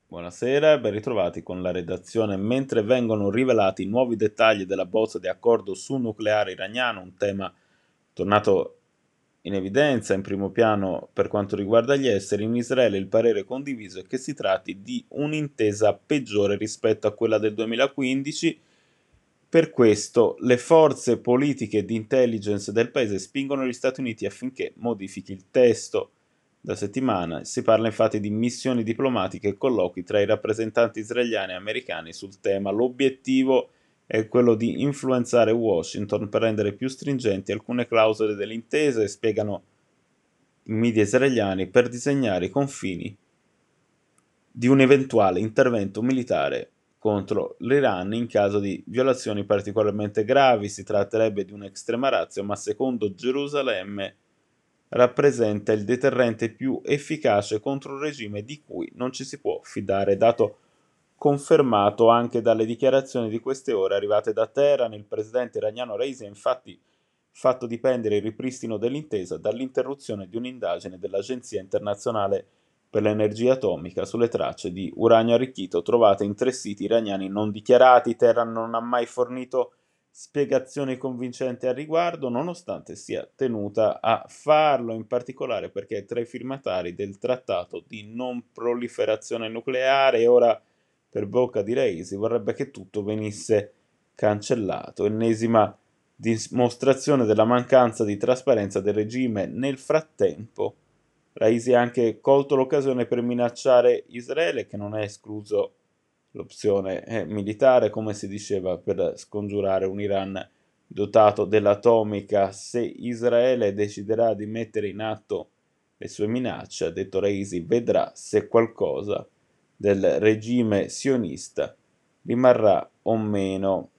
Buonasera e ben ritrovati con la redazione. Mentre vengono rivelati nuovi dettagli della bozza di accordo su nucleare iraniano, un tema tornato in evidenza in primo piano per quanto riguarda gli esteri, in Israele il parere condiviso è che si tratti di un'intesa peggiore rispetto a quella del 2015. Per questo le forze politiche di intelligence del paese spingono gli Stati Uniti affinché modifichi il testo. Da settimana si parla infatti di missioni diplomatiche e colloqui tra i rappresentanti israeliani e americani sul tema. L'obiettivo è quello di influenzare Washington per rendere più stringenti alcune clausole dell'intesa, e spiegano i media israeliani, per disegnare i confini di un eventuale intervento militare contro l'Iran in caso di violazioni particolarmente gravi. Si tratterebbe di un'estrema ratio, ma secondo Gerusalemme rappresenta il deterrente più efficace contro un regime di cui non ci si può fidare, dato confermato anche dalle dichiarazioni di queste ore arrivate da Teheran. Il presidente iraniano Raisi ha infatti fatto dipendere il ripristino dell'intesa dall'interruzione di un'indagine dell'Agenzia internazionale per l'energia atomica sulle tracce di uranio arricchito trovate in 3 siti iraniani non dichiarati. Teheran non ha mai fornito spiegazioni convincenti al riguardo, nonostante sia tenuta a farlo, in particolare perché è tra i firmatari del trattato di non proliferazione nucleare, e ora, per bocca di Raisi, vorrebbe che tutto venisse cancellato. Ennesima dimostrazione della mancanza di trasparenza del regime. Nel frattempo, Raisi ha anche colto l'occasione per minacciare Israele, che non è escluso l'opzione militare, come si diceva, per scongiurare un Iran dotato dell'atomica se Israele deciderà di mettere in atto le sue minacce. Ha detto Raisi, vedrà se qualcosa del regime sionista rimarrà o meno.